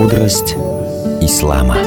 Мудрость ислама.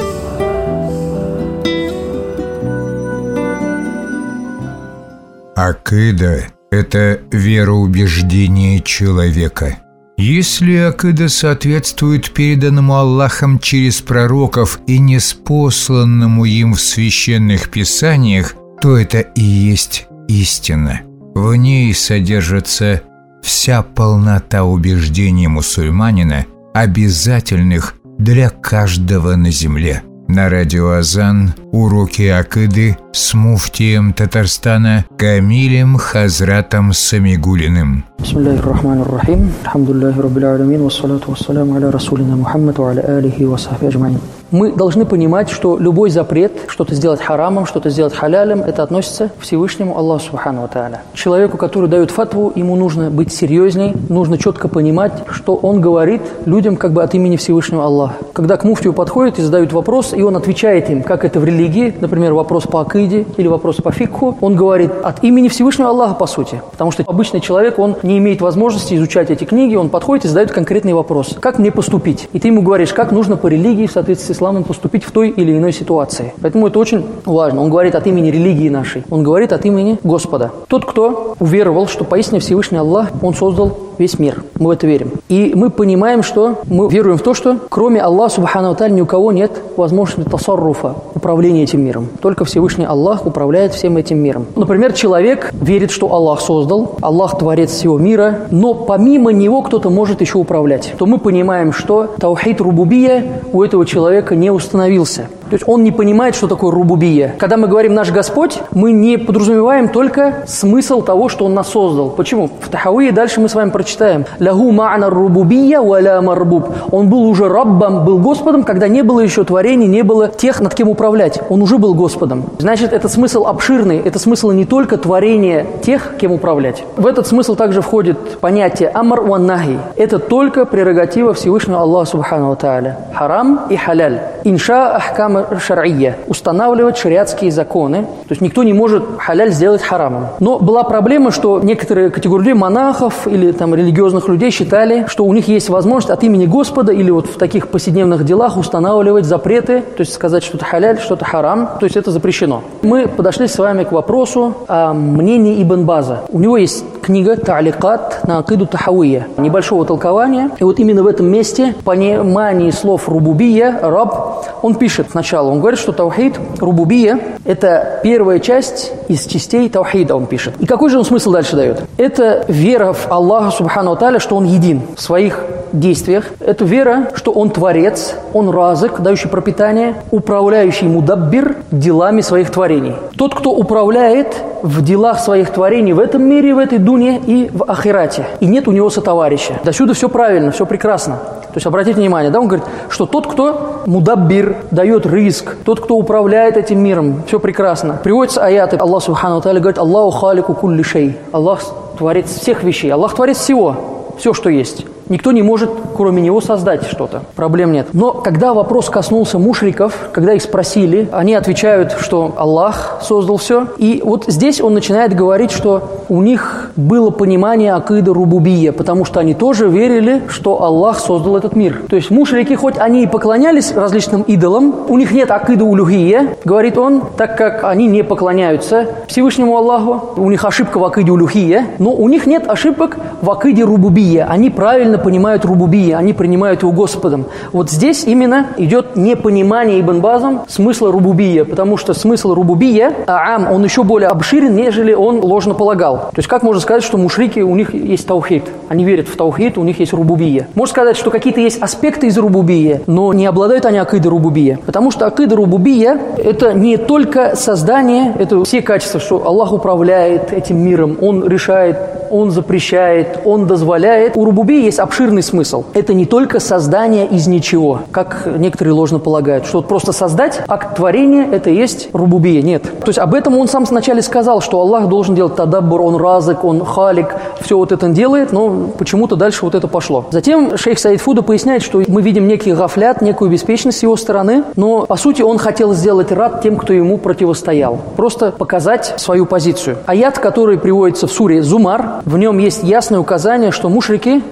Акида – это вероубеждение человека. Если акида соответствует переданному Аллахом через пророков и ниспосланному им в священных писаниях, то это и есть истина. В ней содержится вся полнота убеждений мусульманина, обязательных для каждого на земле. На радио Азан уроки акиды с муфтием Татарстана Камилем Хазратом Самигуллиным. Бисмиллахир-рахманир-рахим. Алхамдулиллахи раббил алямин. Вассалату вассаляму аля расулина Мухаммад ва аля алихи ва сахбихи аджмаин. Мы должны понимать, что любой запрет, что-то сделать харамом, что-то сделать халялем, это относится к Всевышнему Аллаху Субхану ва Тааля. Человеку, который дает фатву, ему нужно быть серьезней, нужно четко понимать, что он говорит людям как бы от имени Всевышнего Аллаха. Когда к муфтию подходят и задают вопрос, и он отвечает им, как это в религии, например, вопрос по акиде или вопрос по фикху, он говорит от имени Всевышнего Аллаха по сути. Потому что обычный человек, он не имеет возможности изучать эти книги, он подходит и задает конкретный вопрос. Как мне поступить? И ты ему говоришь, как нужно по религии в соответствии с исламом поступить в той или иной ситуации. Поэтому это очень важно. Он говорит от имени религии нашей. Он говорит от имени Господа. Тот, кто уверовал, что поистине Всевышний Аллах, Он создал весь мир. Мы в это верим. И мы понимаем, что мы веруем в то, что кроме Аллаха Субхану ва Тааля ни у кого нет возможности тасарруфа, управления этим миром. Только Всевышний Аллах управляет всем этим миром. Например, человек верит, что Аллах создал, Аллах творец всего мира, но помимо него кто-то может еще управлять. То мы понимаем, что таухид рубубия у этого человека не установился. То есть он не понимает, что такое рубубия. Когда мы говорим «наш Господь», мы не подразумеваем только смысл того, что Он нас создал. Почему? В Тахауи дальше мы с вами прочитаем «Лаху ма'на рубубия ва ля марбуб». Он был уже раббом, был Господом, когда не было еще творений, не было тех, над кем управлять. Он уже был Господом. Значит, этот смысл обширный, это смысл не только творения тех, кем управлять. В этот смысл также входит понятие «амар ва нахи». Это только прерогатива Всевышнего Аллаха Субхану ва Тааля. Харам и халяль. Инша ахкам шар'ия, устанавливать шариатские законы. То есть никто не может халяль сделать харамом. Но была проблема, что некоторые категории людей, монахов или там религиозных людей считали, что у них есть возможность от имени Господа или вот в таких повседневных делах устанавливать запреты, то есть сказать что-то халяль, что-то харам, то есть это запрещено. Мы подошли с вами к вопросу о мнении Ибн База. У него есть книга «Та'ликат на акиду тахауия», небольшого толкования. И вот именно в этом месте, в понимании слов рубубия, раб, он пишет сначала, он говорит, что таухид, рубубия, это первая часть из частей таухида, он пишет. И какой же он смысл дальше дает? Это вера в Аллаха Субхану ва Тааля, что Он един в своих действиях. Это вера, что Он творец, Он разык, дающий пропитание, управляющий мудаббир делами своих творений. Тот, кто управляет в делах своих творений в этом мире, в этой дуне и в ахирате. И нет у него сотоварища. До сюда все правильно, все прекрасно. То есть обратите внимание, да, он говорит, что тот, кто мудаббир, дает риск, тот, кто управляет этим миром, все прекрасно. Приводятся аяты, Аллах Субхану ва Тааля говорит, Аллаху халику кулли шей. Аллах творец всех вещей, Аллах творец всего, все, что есть. Никто не может, кроме него, создать что-то. Проблем нет. Но когда вопрос коснулся мушриков, когда их спросили, они отвечают, что Аллах создал все. И вот здесь он начинает говорить, что у них было понимание акида рубубия, потому что они тоже верили, что Аллах создал этот мир. То есть мушрики, хоть они и поклонялись различным идолам, у них нет акида улюхия, говорит он, так как они не поклоняются Всевышнему Аллаху, у них ошибка в акиде улюхия, но у них нет ошибок в акиде рубубия. Они правильно понимают рубубия, они принимают его Господом. Вот здесь именно идет непонимание Ибн Базом смысла рубубия, потому что смысл рубубия, аам, он еще более обширен, нежели он ложно полагал. То есть как можно сказать, что мушрики, у них есть таухид, они верят в таухид, у них есть рубубия. Можно сказать, что какие-то есть аспекты из рубубия, но не обладают они акидой рубубия, потому что акида рубубия это не только создание, это все качества, что Аллах управляет этим миром, Он решает, Он запрещает, Он дозволяет. У рубубии есть обширный смысл. Это не только создание из ничего, как некоторые ложно полагают, что вот просто создать акт творения – это и есть рубубия. Нет. То есть об этом он сам вначале сказал, что Аллах должен делать тадаббур, Он разык, Он халик, все вот это делает, но почему-то дальше вот это пошло. Затем шейх Саид Фуда поясняет, что мы видим некий гафлят, некую беспечность с его стороны, но по сути он хотел сделать рад тем, кто ему противостоял. Просто показать свою позицию. Аят, который приводится в суре Зумар, в нем есть ясное указание, что мушрики предавали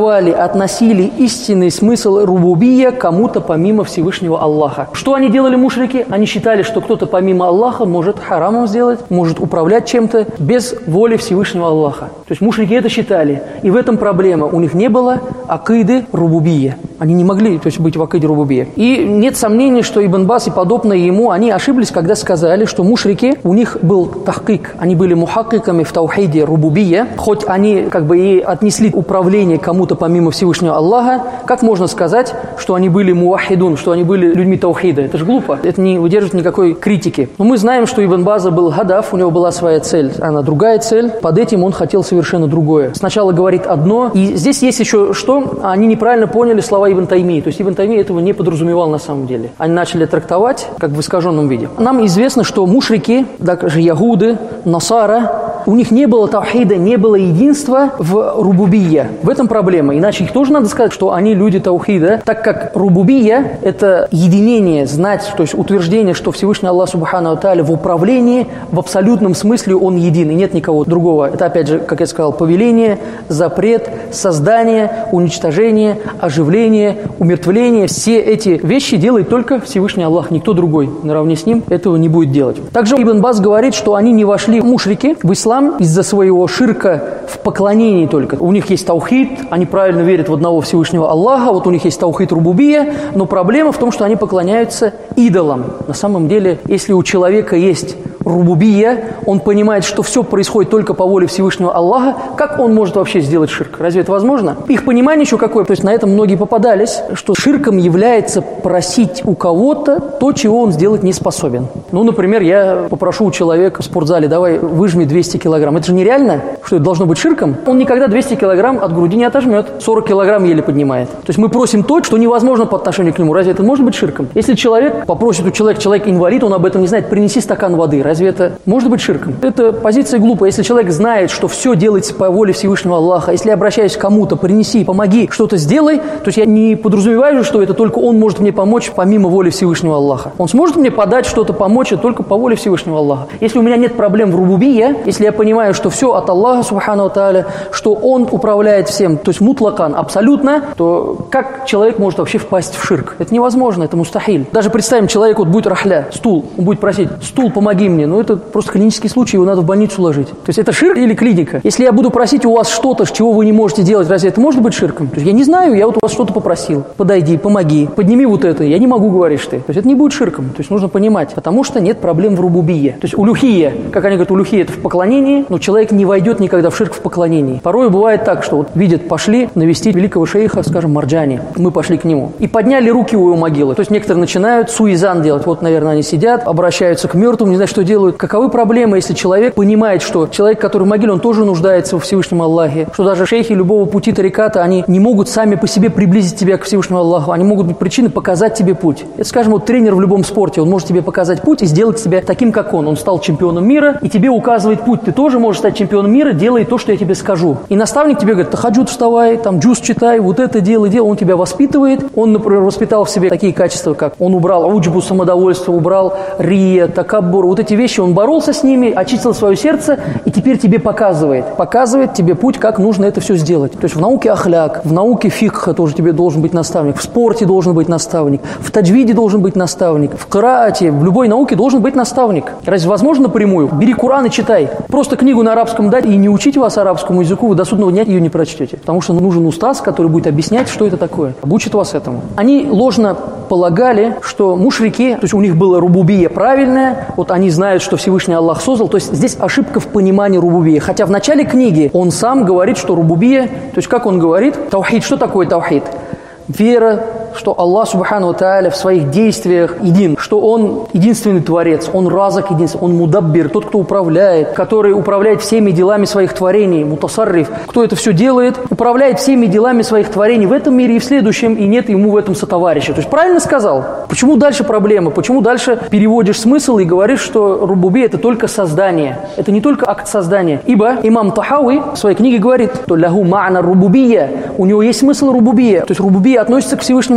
передавали, относили истинный смысл рубубия кому-то помимо Всевышнего Аллаха. Что они делали, мушрики? Они считали, что кто-то помимо Аллаха может харамом сделать, может управлять чем-то без воли Всевышнего Аллаха. То есть мушрики это считали. И в этом проблема. У них не было акиды рубубия. Они не могли, то есть, быть в акиде рубубия. И нет сомнений, что Ибн Баз и подобные ему, они ошиблись, когда сказали, что мушрики, у них был тахкик, они были мухаккиками в таухиде рубубия, хоть они как бы и отнесли управление кому-то помимо Всевышнего Аллаха, как можно сказать, что они были муахидун, что они были людьми таухида? Это же глупо, это не выдерживает никакой критики. Но мы знаем, что Ибн База был хадаф, у него была своя цель, она другая цель, под этим он хотел совершенно другое. Сначала говорит одно, и здесь есть еще что, они неправильно поняли слова Ибн Таймии, то есть Ибн Таймии этого не подразумевал на самом деле. Они начали трактовать как в искаженном виде. Нам известно, что мушрики, даже ягуды, насара, у них не было таухида, не было единства в рубубия. В этом проблема. Иначе их тоже надо сказать, что они люди таухида, так как рубубия – это единение, знать, то есть утверждение, что Всевышний Аллах Субхану ва Тааля в управлении, в абсолютном смысле Он един, и нет никого другого. Это, опять же, как я сказал, повеление, запрет, создание, уничтожение, оживление, умертвление. Все эти вещи делает только Всевышний Аллах, никто другой. Наравне с Ним этого не будет делать. Также Ибн Баз говорит, что они не вошли мушрики в ислам из-за своего ширка в поклонении только. У них есть таухид, они правильно верят в одного Всевышнего Аллаха, вот у них есть таухид рубубия, но проблема в том, что они поклоняются идолам. На самом деле, если у человека есть рубубия, он понимает, что все происходит только по воле Всевышнего Аллаха, как он может вообще сделать ширк? Разве это возможно? Их понимание еще какое? То есть на этом многие попадались, что ширком является просить у кого-то то, чего он сделать не способен. Ну, например, я попрошу у человека в спортзале, давай выжми 200 килограмм. Это же нереально, что это должно быть ширком. Он никогда 200 килограмм от груди не отожмет, 40 килограмм еле поднимает. То есть мы просим то, что невозможно по отношению к нему. Разве это может быть ширком? Если человек попросит у человека, человек инвалид, он об этом не знает, принеси стакан воды. Разве это может быть ширком? Это позиция глупая. Если человек знает, что все делается по воле Всевышнего Аллаха, если я обращаюсь к кому-то, принеси, помоги, что-то сделай, то есть я не подразумеваю, что это только он может мне помочь помимо воли Всевышнего Аллаха. Он сможет мне подать что-то, помочь, это только по воле Всевышнего Аллаха. Если у меня нет проблем в рубубия, если я понимаю, что все от Аллаха, Субхану ва Тааля, что Он управляет всем, то есть мутлакан, абсолютно, то как человек может вообще впасть в ширк? Это невозможно, это мустахиль. Даже представим, человек вот будет рахля, стул, он будет просить, стул, помоги мне, ну это просто клинический случай, его надо в больницу ложить. То есть это ширк или клиника? Если я буду просить у вас что-то, чего вы не можете делать, разве это может быть ширком? То есть я не знаю, я вот у вас что-то попросил, подойди, помоги, подними вот это, я не могу, говоришь ты. То есть это не будет ширком, то есть нужно понимать, потому что нет проблем в рубубие. То есть улюхия, как они говорят, улюхия это в поклонении, но человек не войдет никогда в ширк в поклонении. Порой бывает так, что вот видят, пошли навестить великого шейха, скажем, Марджани, мы пошли к нему, и подняли руки у его могилы. То есть некоторые начинают суизан делать, вот, наверное, они сидят, обращаются к мертвым, не знают, что делают. Каковы проблемы, если человек понимает, что человек, который в могиле, он тоже нуждается во Всевышнем Аллахе, что даже шейхи любого пути тариката, они не могут сами по себе приблизить тебя к Всевышнему Аллаху, они могут быть причиной показать тебе путь. Это, скажем, вот тренер в любом спорте, он может тебе показать путь и сделать тебя таким, как он. Он стал чемпионом мира, и тебе указывает путь. Ты тоже можешь стать чемпионом мира, делай то, что я тебе скажу. И наставник тебе говорит, тахаджуд вставай, там джуз читай, вот это делай. Он тебя воспитывает. Он, например, воспитал в себе такие качества, как он убрал уджбу, самодовольство, убрал рия, такаббур. Вот эти вещи он боролся с ними, очистил свое сердце, и теперь тебе показывает тебе путь, как нужно это все сделать. То есть в науке ахляк, в науке фикха тоже тебе должен быть наставник, в спорте должен быть наставник, в таджвиде должен быть наставник, в кираате, в любой науке должен быть наставник. Разве возможно напрямую? Бери Куран и читай. Просто книгу на арабском дать и не учить вас арабскому языку, вы до судного дня ее не прочтете. Потому что нужен устаз, который будет объяснять, что это такое. Обучит вас этому. Они ложно полагали, что мушрики, то есть у них было рубубия правильная, вот они знают, что Всевышний Аллах создал, то есть здесь ошибка в понимании рубубии. Хотя в начале книги он сам говорит, что рубубия, то есть как он говорит, таухид, что такое таухид? Вера, что Аллах Субхану ва Тааля в своих действиях един, что Он единственный Творец, Он разак единственный, Он мудаббир, тот, кто управляет, который управляет всеми делами своих творений, мутасарриф, кто это все делает, управляет всеми делами своих творений в этом мире и в следующем, и нет ему в этом сотоварища. То есть правильно сказал? Почему дальше проблема? Почему дальше переводишь смысл и говоришь, что рубубия это только создание, это не только акт создания? Ибо имам Тахауи в своей книге говорит, что лаху ма'на рубубия, у него есть смысл рубубия, то есть рубубия относится к Всевышнему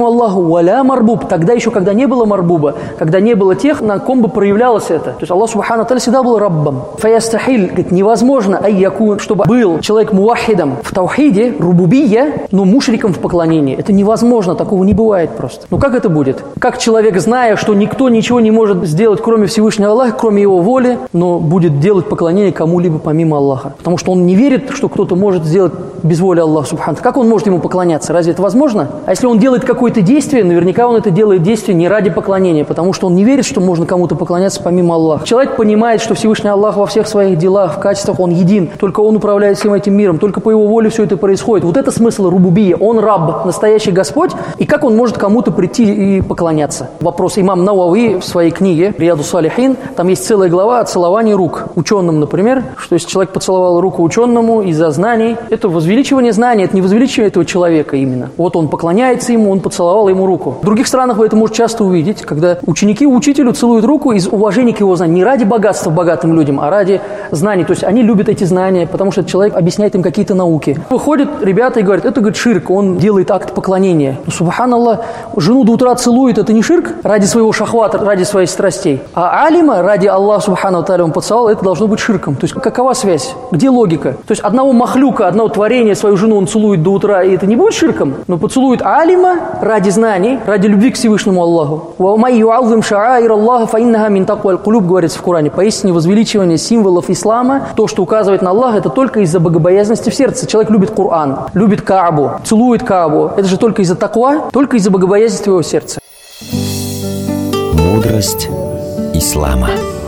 Всевышнему Аллаху, валя марбуб, тогда еще, когда не было марбуба, когда не было тех, на ком бы проявлялось это. То есть Аллах Субхану ва Тааля всегда был раббом. Фаястахиль, говорит, невозможно, чтобы был человек мувахидом в таухиде, рубубия, но мушриком в поклонении. Это невозможно, такого не бывает просто. Ну как это будет? Как человек, зная, что никто ничего не может сделать, кроме Всевышнего Аллаха, кроме его воли, но будет делать поклонение кому-либо помимо Аллаха? Потому что он не верит, что кто-то может сделать без воли Аллаха Субхану. Как он может ему поклоняться? Разве это возможно? А если он делает какое-то действие, наверняка он это делает действие не ради поклонения, потому что он не верит, что можно кому-то поклоняться помимо Аллаха. Человек понимает, что Всевышний Аллах во всех своих делах, в качествах, он един, только он управляет всем этим миром, только по его воле все это происходит. Вот это смысл рубубия. Он раб, настоящий Господь, и как он может кому-то прийти и поклоняться? Вопрос имам Науави в своей книге «Рияду Салихин», там есть целая глава о целовании рук. Ученым, например, что если человек поцеловал руку ученому из-за знаний, это возвеличивание знаний, это не возвеличивание этого человека именно. Вот он поклоняется ему, он поцеловал ему руку. В других странах вы это можете часто увидеть, когда ученики учителю целуют руку из уважения к его знаниям. Не ради богатства богатым людям, а ради знаний. То есть они любят эти знания, потому что этот человек объясняет им какие-то науки. Выходят ребята и говорят, это, говорит, ширк, он делает акт поклонения. Ну, субханаллах, жену до утра целует, это не ширк? Ради своего шахвата, ради своих страстей. А алима, ради Аллаха Субхану ва Тааля он поцеловал, это должно быть ширком. То есть какова связь? Где логика? То есть одного махлюка, одного творения, свою жену он целует до утра, и это не будет ширком? Но поцелует алима ради знаний, ради любви к Всевышнему Аллаху. Говорится в Коране. Поистине возвеличивание символов ислама, то, что указывает на Аллаха, это только из-за богобоязненности в сердце. Человек любит Коран, любит Каабу, целует Каабу. Это же только из-за таква, только из-за богобоязненности в его сердце. Мудрость ислама.